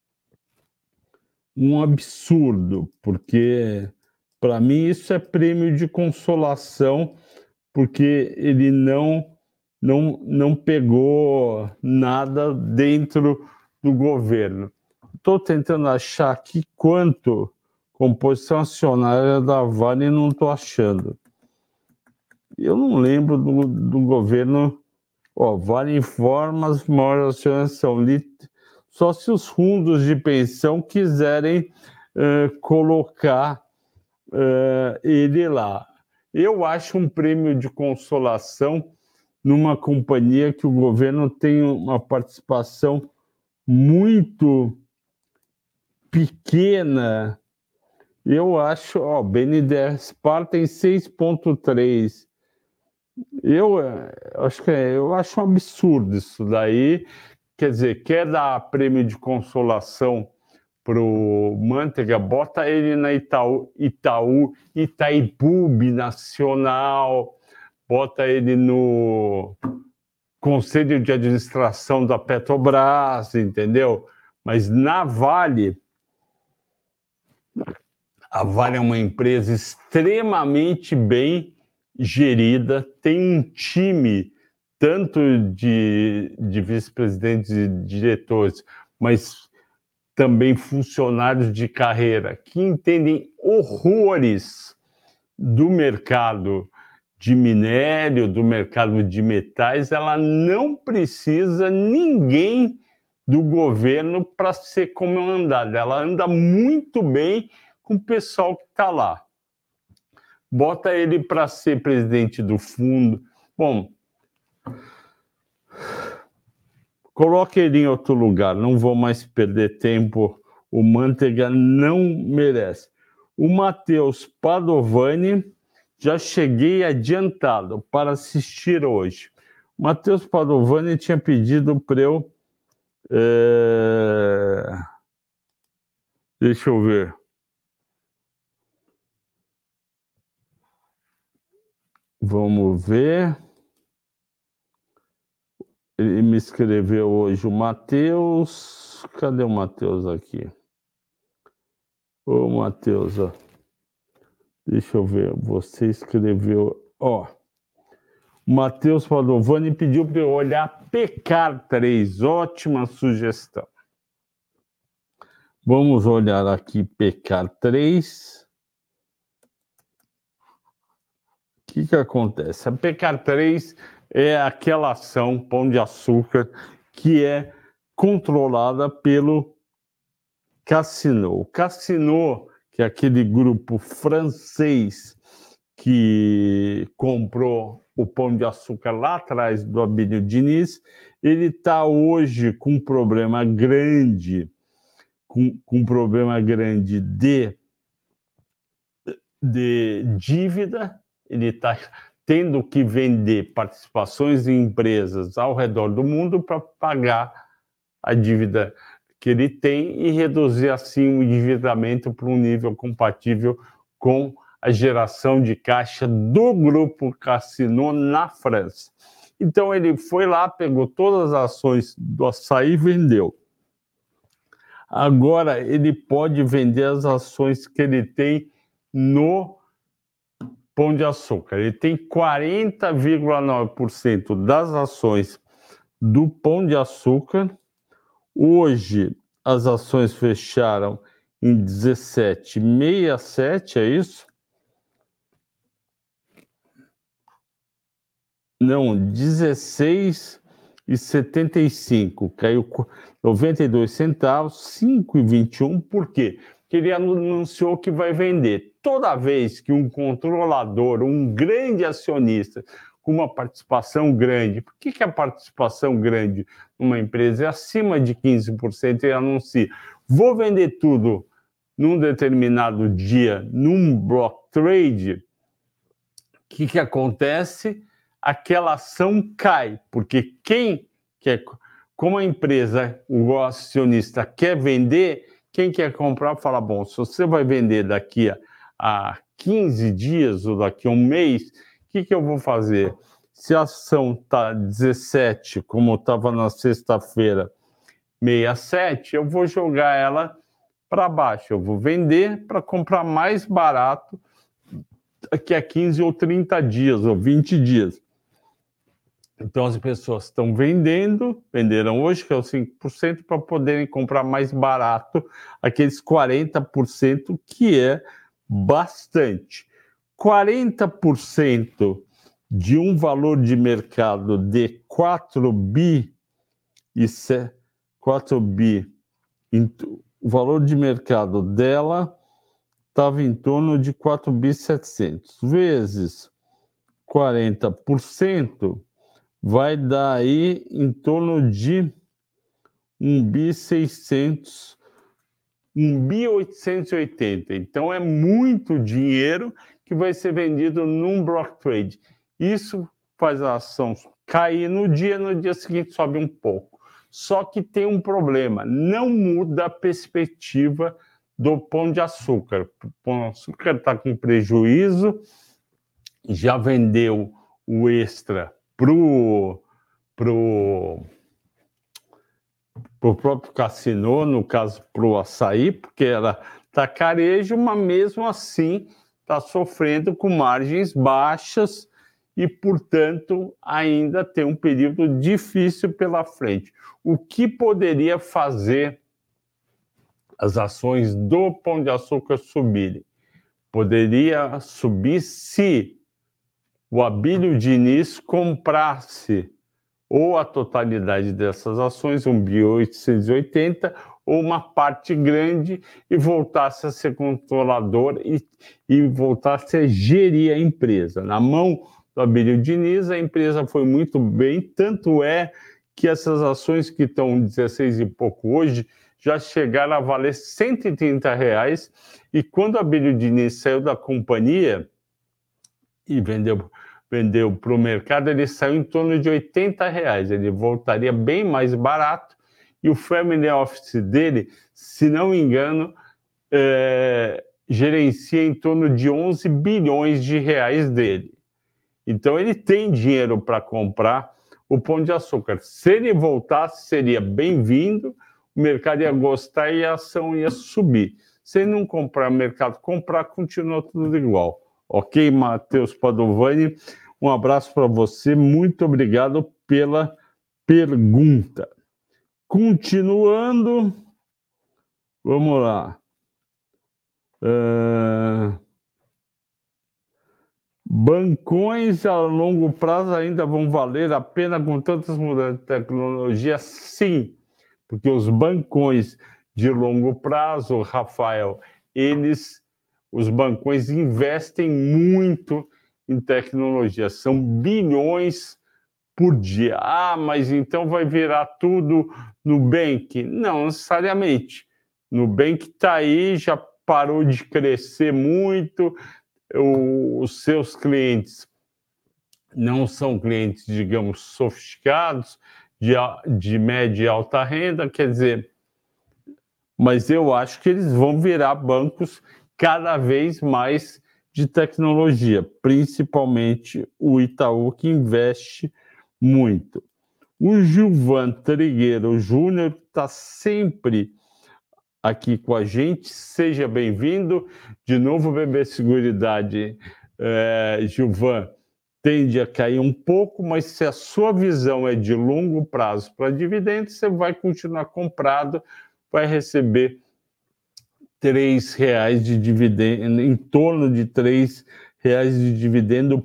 um absurdo, porque para mim isso é prêmio de consolação, porque ele não pegou nada dentro do governo. Estou tentando achar aqui quanto composição acionária da Vale, não estou achando. Eu não lembro do governo. Vale informa as maiores acionistas são só se os fundos de pensão quiserem colocar ele lá. Eu acho um prêmio de consolação numa companhia que o governo tem uma participação muito pequena. Eu acho, BNDES tem 6,3. Eu acho um absurdo isso daí. Quer dizer, quer dar prêmio de consolação para o Manteiga, bota ele na Itaipu Binacional, bota ele no Conselho de Administração da Petrobras, entendeu? Mas na Vale, a Vale é uma empresa extremamente bem gerida, tem um time tanto de vice-presidentes e diretores, mas também funcionários de carreira que entendem horrores do mercado de minério, do mercado de metais. Ela não precisa ninguém do governo para ser comandada. Ela anda muito bem com o pessoal que está lá. Bota ele para ser presidente do fundo. Bom, coloque ele em outro lugar, não vou mais perder tempo. O Manteiga não merece. O Matheus Padovani, já cheguei adiantado para assistir hoje. O Matheus Padovani tinha pedido para eu... Deixa eu ver. Vamos ver. Ele me escreveu hoje o Matheus. Cadê o Matheus aqui? Ô, Matheus, ó. Deixa eu ver. Você escreveu. Ó. O Matheus Padovani pediu para eu olhar Pecar 3. Ótima sugestão. Vamos olhar aqui Pecar 3. O que acontece? A Pecar 3 é aquela ação Pão de Açúcar que é controlada pelo Casino. O Casino, que é aquele grupo francês que comprou o Pão de Açúcar lá atrás do Abílio Diniz, ele está hoje com um problema grande com um problema grande de dívida, ele está tendo que vender participações em empresas ao redor do mundo para pagar a dívida que ele tem e reduzir assim o endividamento para um nível compatível com a geração de caixa do grupo Casino na França. Então ele foi lá, pegou todas as ações do Açaí e vendeu. Agora ele pode vender as ações que ele tem no Pão de Açúcar. Ele tem 40,9% das ações do Pão de Açúcar. Hoje as ações fecharam em 17,67, é isso? Não, 16,75. Caiu 92 centavos, 5,21. Por quê? Porque ele anunciou que vai vender. Toda vez que um controlador, um grande acionista, com uma participação grande, por que a participação grande numa empresa é acima de 15% e anuncia, vou vender tudo num determinado dia, num block trade, o que acontece? Aquela ação cai, porque quem quer, como a empresa, o acionista quer vender, quem quer comprar fala, bom, se você vai vender daqui a 15 dias ou daqui a um mês, o que eu vou fazer? Se a ação está 17, como estava na sexta-feira, 67, eu vou jogar ela para baixo, eu vou vender para comprar mais barato daqui a 15 ou 30 dias, ou 20 dias. Então as pessoas estão venderam hoje, que é os 5%, para poderem comprar mais barato aqueles 40%, que é bastante. 40% de um valor de mercado de 4 bi, o valor de mercado dela estava em torno de 4.700 vezes 40%, vai dar aí em torno de 1.600, 1.880. Então é muito dinheiro que vai ser vendido num block trade. Isso faz a ação cair no dia seguinte sobe um pouco. Só que tem um problema, não muda a perspectiva do Pão de Açúcar. O Pão de Açúcar está com prejuízo, já vendeu o extra pro próprio Casino, no caso pro Açaí, porque ela está carejo, mas mesmo assim está sofrendo com margens baixas e, portanto, ainda tem um período difícil pela frente. O que poderia fazer as ações do Pão de Açúcar subirem? Poderia subir se o Abílio Diniz comprasse ou a totalidade dessas ações, 1.880, ou uma parte grande, e voltasse a ser controlador e voltasse a gerir a empresa. Na mão do Abílio Diniz, a empresa foi muito bem, tanto é que essas ações que estão 16 e pouco hoje, já chegaram a valer R$130, e quando o Abílio Diniz saiu da companhia e vendeu para o mercado, ele saiu em torno de R$80. Ele voltaria bem mais barato, e o family office dele, se não me engano, gerencia em torno de 11 bilhões de reais dele. Então ele tem dinheiro para comprar o Pão de Açúcar. Se ele voltasse, seria bem-vindo, o mercado ia gostar e a ação ia subir. Se ele não comprar, o mercado comprar, continua tudo igual. Ok, Matheus Padovani? Um abraço para você, muito obrigado pela pergunta. Continuando, vamos lá. Bancões a longo prazo ainda vão valer a pena com tantas mudanças de tecnologia? Sim, porque os bancões de longo prazo, Rafael, os bancões investem muito em tecnologia, são bilhões por dia. Ah, mas então vai virar tudo Nubank? Não necessariamente. Nubank está aí, já parou de crescer muito, os seus clientes não são clientes, digamos, sofisticados, de média e alta renda, quer dizer, mas eu acho que eles vão virar bancos cada vez mais de tecnologia, principalmente o Itaú, que investe muito. O Gilvan Trigueiro Júnior está sempre aqui com a gente. Seja bem-vindo. De novo, BB Seguridade, Gilvan, tende a cair um pouco, mas se a sua visão é de longo prazo para dividendos, você vai continuar comprado, vai receber R$3 de dividendo, em torno de R$3 de dividendo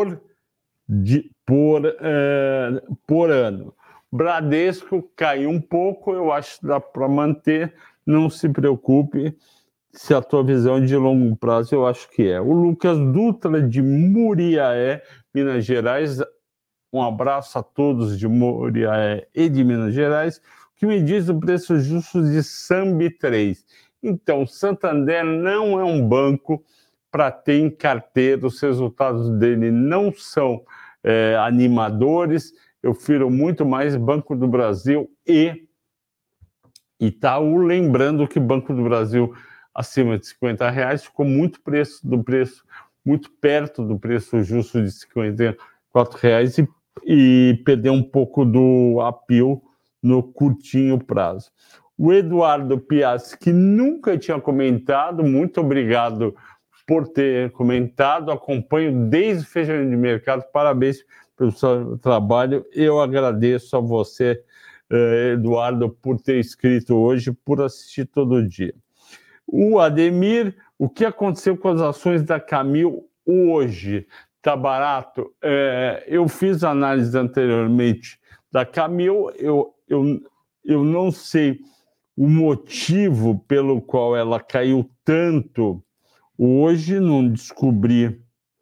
por ano. Bradesco caiu um pouco, eu acho que dá para manter, não se preocupe, se a tua visão é de longo prazo, eu acho que é. O Lucas Dutra, de Muriaé, Minas Gerais, um abraço a todos de Muriaé e de Minas Gerais, que me diz o preço justo de Sambi 3. Então, Santander não é um banco para ter em carteira, os resultados dele não são animadores, eu prefiro muito mais Banco do Brasil e Itaú, lembrando que Banco do Brasil acima de R$50 ficou muito muito perto do preço justo de R$54 e perdeu um pouco do appeal no curtinho prazo. O Eduardo Piazzi, que nunca tinha comentado, muito obrigado por ter comentado, acompanho desde o fechamento de mercado, parabéns pelo seu trabalho, eu agradeço a você, Eduardo, por ter escrito hoje, por assistir todo dia. O Ademir, o que aconteceu com as ações da Camil hoje? Está barato? Eu fiz análise anteriormente da Camil, eu não sei o motivo pelo qual ela caiu tanto hoje, não descobri.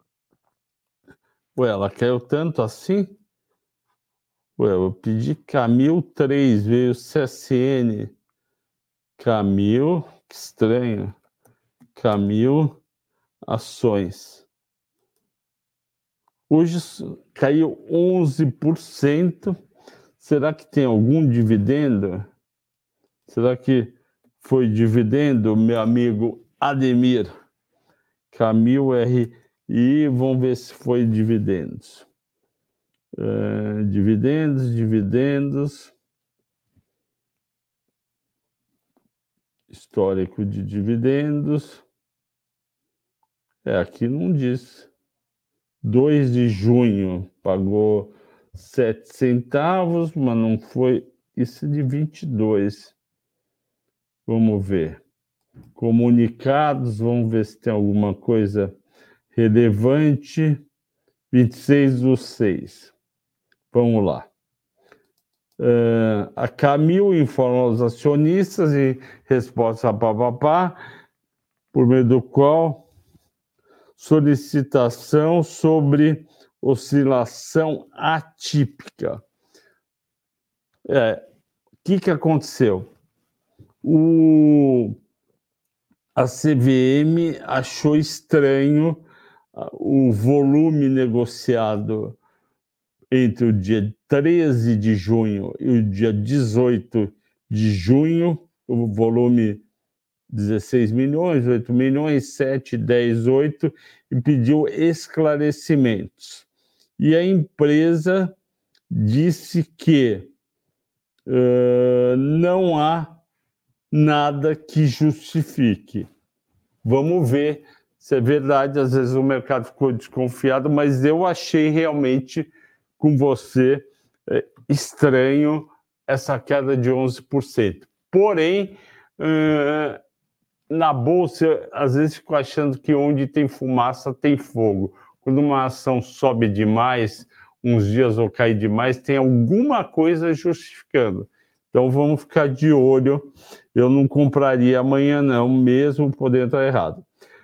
Ué, ela caiu tanto assim? Ué, eu pedi Camil 3, veio CSN. Camil, que estranho. Camil Ações. Hoje caiu 11%. Será que tem algum dividendo? Será que foi dividendo, meu amigo Ademir? Camil RI, vamos ver se foi dividendos. Dividendos. Histórico de dividendos. Aqui não diz. 2 de junho pagou 7 centavos, mas não foi. Isso de 22. Vamos ver. Comunicados, vamos ver se tem alguma coisa relevante. 26/6. Vamos lá. A Camil informa aos acionistas em resposta a papapá, por meio do qual solicitação sobre oscilação atípica. O que aconteceu? A CVM achou estranho o volume negociado entre o dia 13 de junho e o dia 18 de junho, o volume 16 milhões, 8 milhões, 7, 10, 8, e pediu esclarecimentos. E a empresa disse que não há nada que justifique. Vamos ver se é verdade, às vezes o mercado ficou desconfiado, mas eu achei realmente com você estranho essa queda de 11%. Porém, na bolsa, às vezes fico achando que onde tem fumaça tem fogo. Quando uma ação sobe demais, uns dias ou cai demais, tem alguma coisa justificando. Então vamos ficar de olho. Eu não compraria amanhã não, mesmo podendo estar errado.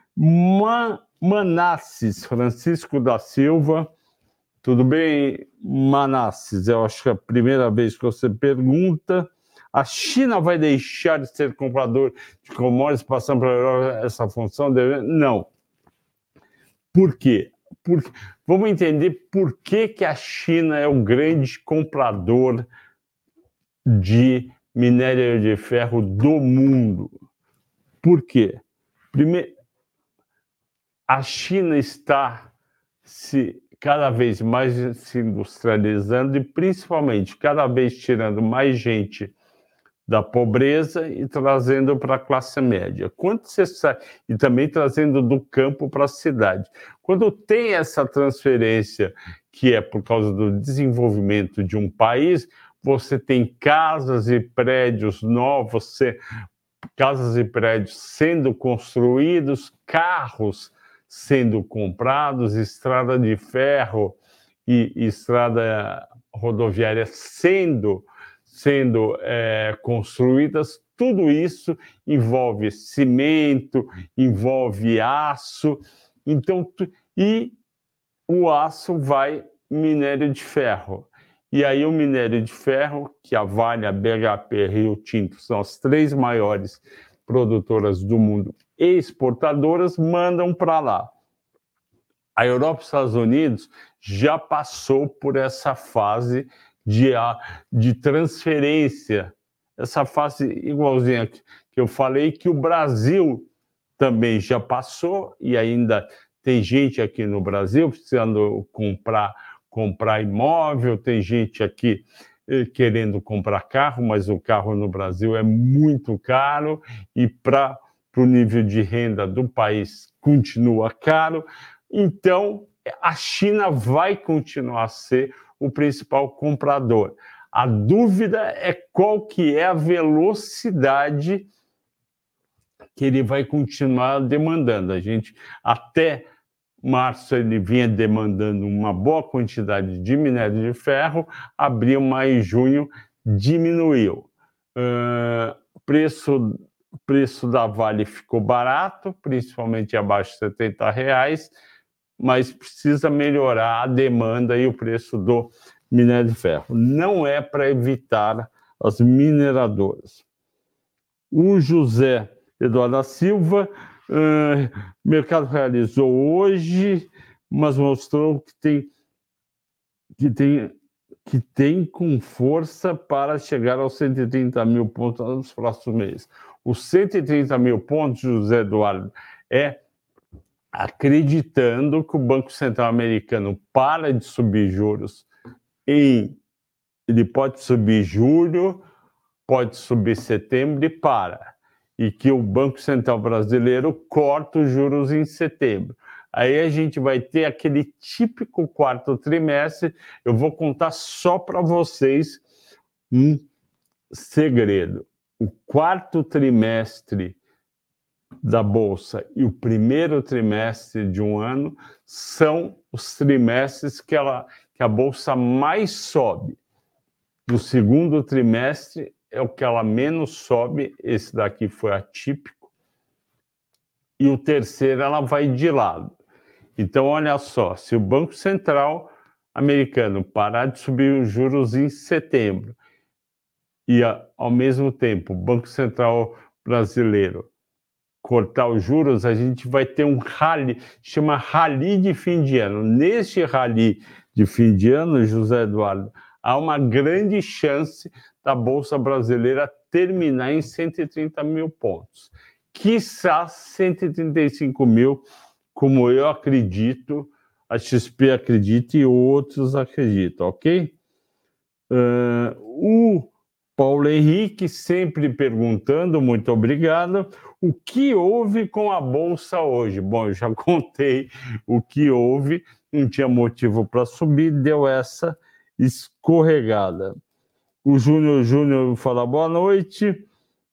Manasses, Francisco da Silva. Tudo bem, Manasses? Eu acho que é a primeira vez que você pergunta. A China vai deixar de ser comprador de commodities, passando para essa função? Não. Por quê? Vamos entender por que a China é o grande comprador de minério de ferro do mundo. Por quê? Primeiro, a China está cada vez mais se industrializando e, principalmente, cada vez tirando mais gente da pobreza e trazendo para a classe média. Quando você sai, e também trazendo do campo para a cidade. Quando tem essa transferência, que é por causa do desenvolvimento de um país, você tem casas e prédios novos, casas e prédios sendo construídos, carros sendo comprados, estrada de ferro e estrada rodoviária sendo construídas. Tudo isso envolve cimento, envolve aço, então, e o aço vai minério de ferro. E aí o minério de ferro, que a Vale, a BHP, Rio Tinto, são as 3 maiores produtoras do mundo e exportadoras, mandam para lá. A Europa e os Estados Unidos já passou por essa fase de transferência, essa fase igualzinha que eu falei, que o Brasil também já passou, e ainda tem gente aqui no Brasil precisando comprar imóvel, tem gente aqui querendo comprar carro, mas o carro no Brasil é muito caro e para o nível de renda do país continua caro. Então, a China vai continuar a ser o principal comprador. A dúvida é qual que é a velocidade que ele vai continuar demandando. A gente, até março, ele vinha demandando uma boa quantidade de minério de ferro, abril, maio e junho diminuiu. Preço da Vale ficou barato, principalmente abaixo de R$70, mas precisa melhorar a demanda e o preço do minério de ferro. Não é para evitar as mineradoras. O José Eduardo da Silva, o mercado realizou hoje, mas mostrou que tem com força para chegar aos 130 mil pontos nos próximos meses. Os 130 mil pontos, José Eduardo, é acreditando que o Banco Central americano para de subir juros ele pode subir julho, pode subir setembro e para. E que o Banco Central brasileiro corta os juros em setembro. Aí a gente vai ter aquele típico quarto trimestre. Eu vou contar só para vocês um segredo. O quarto trimestre da Bolsa e o primeiro trimestre de um ano são os trimestres que a Bolsa mais sobe. No segundo trimestre é o que ela menos sobe, esse daqui foi atípico, e o terceiro ela vai de lado. Então, olha só, se o Banco Central americano parar de subir os juros em setembro e, ao mesmo tempo, o Banco Central brasileiro cortar os juros, a gente vai ter um rally, chama rally de fim de ano. Neste rally de fim de ano, José Eduardo, há uma grande chance da Bolsa Brasileira terminar em 130 mil pontos. Quiçá 135 mil, como eu acredito, a XP acredita e outros acreditam, ok? O Paulo Henrique sempre perguntando, muito obrigado, o que houve com a Bolsa hoje? Bom, eu já contei o que houve, não tinha motivo para subir, deu essa escorregada. O Júnior fala boa noite.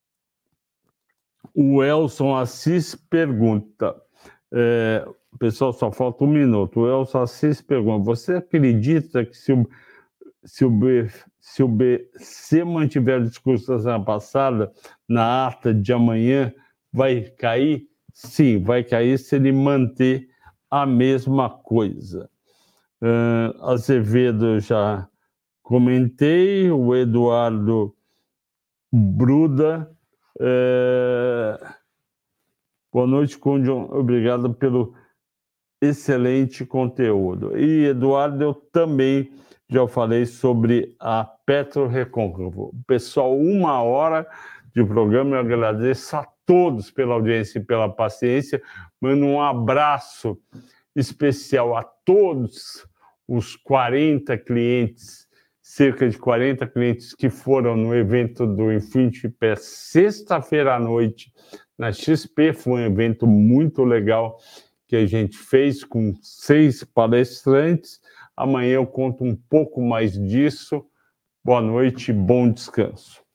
O Elson Assis pergunta, pessoal, só falta um minuto. O Elson Assis pergunta, você acredita que se o BC mantiver o discurso da semana passada, na ata de amanhã, vai cair? Sim, vai cair se ele manter a mesma coisa. Azevedo já comentei, o Eduardo Bruda. Boa noite, Conde. Obrigado pelo excelente conteúdo. E, Eduardo, eu também já falei sobre a Petro Recôncavo. Pessoal, 1 hora de programa. Eu agradeço a todos pela audiência e pela paciência. Mando um abraço especial a todos os 40 clientes, cerca de 40 clientes que foram no evento do Infinity Pass sexta-feira à noite na XP. Foi um evento muito legal que a gente fez com 6 palestrantes. Amanhã eu conto um pouco mais disso. Boa noite, bom descanso.